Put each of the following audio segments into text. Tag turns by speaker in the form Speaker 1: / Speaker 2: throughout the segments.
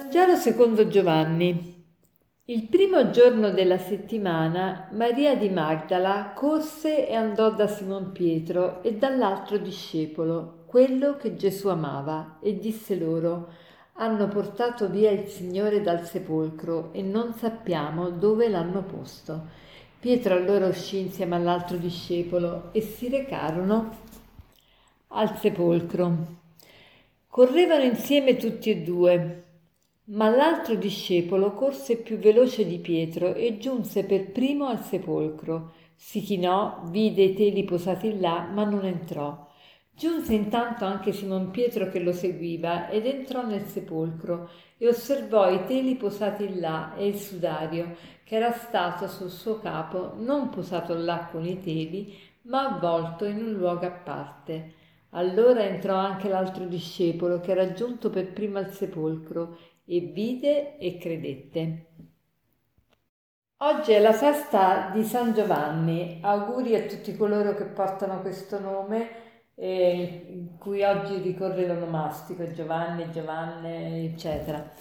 Speaker 1: Vangelo secondo Giovanni. Il primo giorno della settimana Maria di Magdala corse e andò da Simon Pietro e dall'altro discepolo, quello che Gesù amava, e disse loro: hanno portato via il Signore dal sepolcro e non sappiamo dove l'hanno posto. Pietro allora uscì insieme all'altro discepolo e si recarono al sepolcro. Correvano insieme tutti e due, ma l'altro discepolo corse più veloce di Pietro e giunse per primo al sepolcro. Si chinò, vide i teli posati là, ma non entrò. Giunse intanto anche Simon Pietro che lo seguiva ed entrò nel sepolcro e osservò i teli posati là e il sudario che era stato sul suo capo, non posato là con i teli, ma avvolto in un luogo a parte. Allora entrò anche l'altro discepolo che era giunto per primo al sepolcro e vide e credette. Oggi è la festa di San Giovanni, auguri a tutti coloro che portano questo nome, in cui oggi ricorre l'onomastico, Giovanni, Giovanne, eccetera.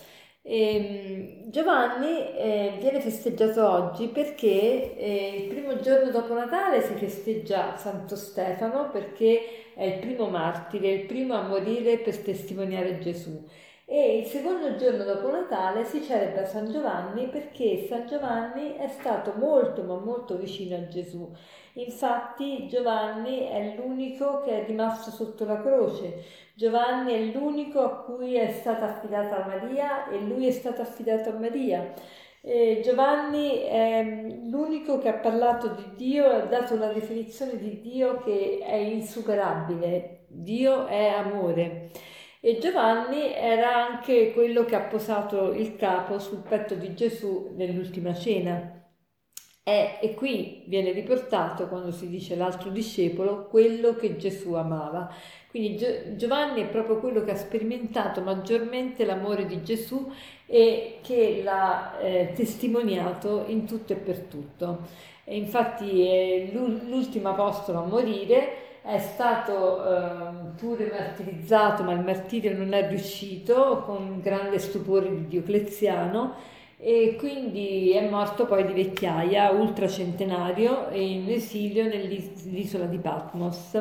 Speaker 1: Giovanni viene festeggiato oggi perché il primo giorno dopo Natale si festeggia Santo Stefano, perché è il primo martire, il primo a morire per testimoniare Gesù. E il secondo giorno dopo Natale si celebra San Giovanni perché San Giovanni è stato molto ma molto vicino a Gesù. Infatti Giovanni è l'unico che è rimasto sotto la croce. Giovanni è l'unico a cui è stata affidata Maria e lui è stato affidato a Maria. Giovanni è l'unico che ha parlato di Dio e ha dato una definizione di Dio che è insuperabile. Dio è amore. E Giovanni era anche quello che ha posato il capo sul petto di Gesù nell'ultima cena. E qui viene riportato, quando si dice l'altro discepolo, quello che Gesù amava. Quindi Giovanni è proprio quello che ha sperimentato maggiormente l'amore di Gesù e che l'ha testimoniato in tutto e per tutto. E infatti è l'ultimo apostolo a morire, è stato pure martirizzato, ma il martirio non è riuscito, con grande stupore di Diocleziano, e quindi è morto poi di vecchiaia, ultracentenario, e in esilio nell'isola di Patmos.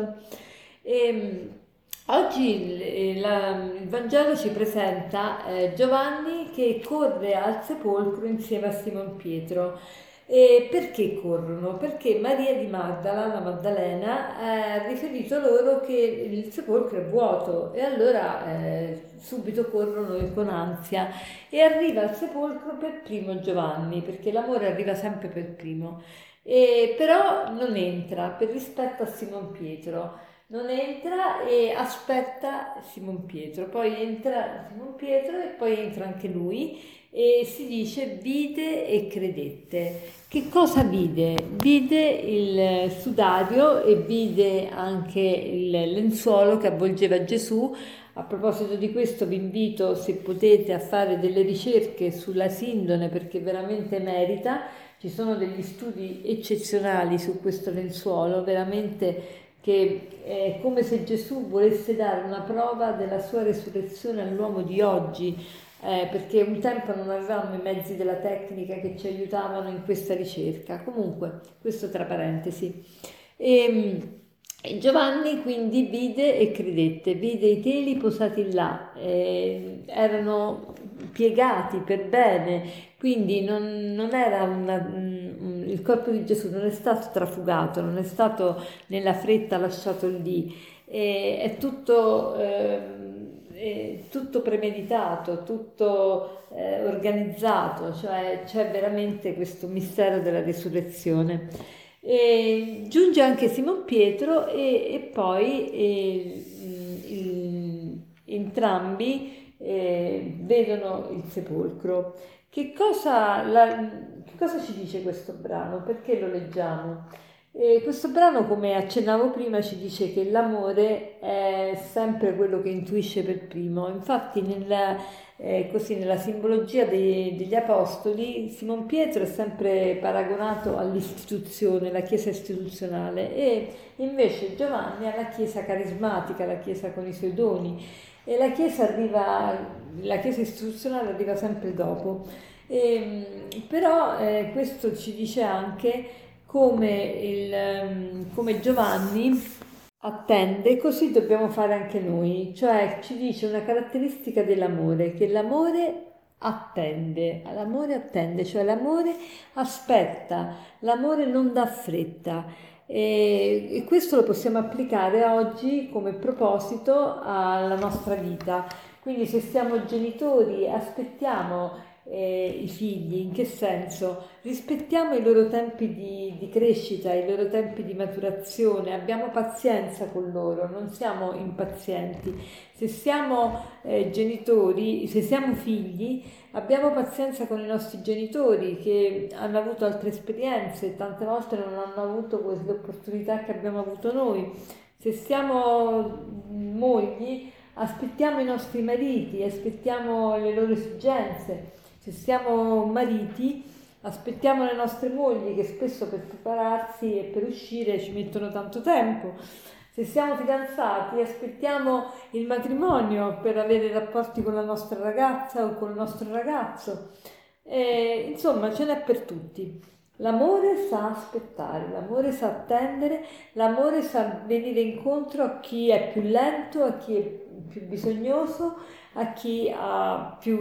Speaker 1: E, oggi il Vangelo ci presenta Giovanni che corre al sepolcro insieme a Simon Pietro. E perché corrono? Perché Maria di Magdala, la Maddalena, ha riferito loro che il sepolcro è vuoto e allora subito corrono con ansia e arriva al sepolcro per primo Giovanni, perché l'amore arriva sempre per primo. Però non entra per rispetto a Simon Pietro. Non entra e aspetta Simon Pietro, poi entra Simon Pietro e poi entra anche lui e si dice vide e credette. Che cosa vide? Vide il sudario e vide anche il lenzuolo che avvolgeva Gesù. A proposito di questo vi invito, se potete, a fare delle ricerche sulla sindone perché veramente merita. Ci sono degli studi eccezionali su questo lenzuolo, veramente che è come se Gesù volesse dare una prova della sua resurrezione all'uomo di oggi, perché un tempo non avevamo i mezzi della tecnica che ci aiutavano in questa ricerca. Comunque, questo tra parentesi. E Giovanni quindi vide e credette, vide i teli posati là, erano piegati per bene, quindi non era il corpo di Gesù non è stato trafugato, non è stato nella fretta lasciato lì, è tutto premeditato, tutto organizzato, cioè c'è veramente questo mistero della risurrezione. E giunge anche Simon Pietro e poi entrambi vedono il sepolcro. Che cosa ci dice questo brano? Perché lo leggiamo? Questo brano, come accennavo prima, ci dice che l'amore è sempre quello che intuisce per primo. Infatti, nella simbologia degli apostoli, Simon Pietro è sempre paragonato all'istituzione, la chiesa istituzionale, e invece Giovanni alla chiesa carismatica, la chiesa con i suoi doni. E la chiesa arriva la Chiesa istituzionale arriva sempre dopo. Però questo ci dice anche come Giovanni attende, così dobbiamo fare anche noi, cioè ci dice una caratteristica dell'amore, che l'amore attende, cioè l'amore aspetta, l'amore non dà fretta. E questo lo possiamo applicare oggi come proposito alla nostra vita. Quindi se siamo genitori aspettiamo i figli, in che senso? Rispettiamo i loro tempi di crescita, i loro tempi di maturazione, abbiamo pazienza con loro, non siamo impazienti. Se siamo genitori, se siamo figli, abbiamo pazienza con i nostri genitori che hanno avuto altre esperienze, tante volte non hanno avuto quelle opportunità che abbiamo avuto noi. Se siamo mogli, aspettiamo i nostri mariti, aspettiamo le loro esigenze. Se siamo mariti, aspettiamo le nostre mogli che spesso per prepararsi e per uscire ci mettono tanto tempo. Se siamo fidanzati, aspettiamo il matrimonio per avere rapporti con la nostra ragazza o con il nostro ragazzo. Insomma, ce n'è per tutti. L'amore sa aspettare, l'amore sa attendere, l'amore sa venire incontro a chi è più lento, a chi è più bisognoso, a chi ha più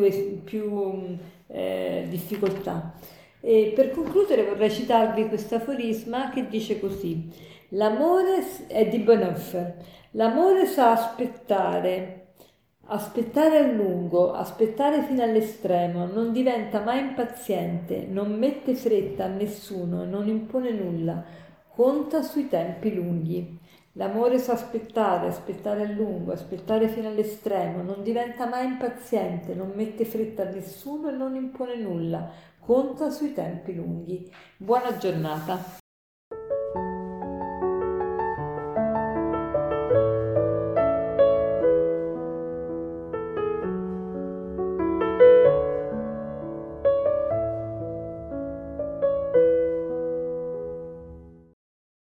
Speaker 1: difficoltà. E per concludere vorrei citarvi questo aforisma che dice così: l'amore è di Bonhoeffer, l'amore sa aspettare, aspettare a lungo, aspettare fino all'estremo, non diventa mai impaziente, non mette fretta a nessuno, non impone nulla, conta sui tempi lunghi. L'amore sa aspettare, aspettare a lungo, aspettare fino all'estremo, non diventa mai impaziente, non mette fretta a nessuno e non impone nulla, conta sui tempi lunghi. Buona giornata.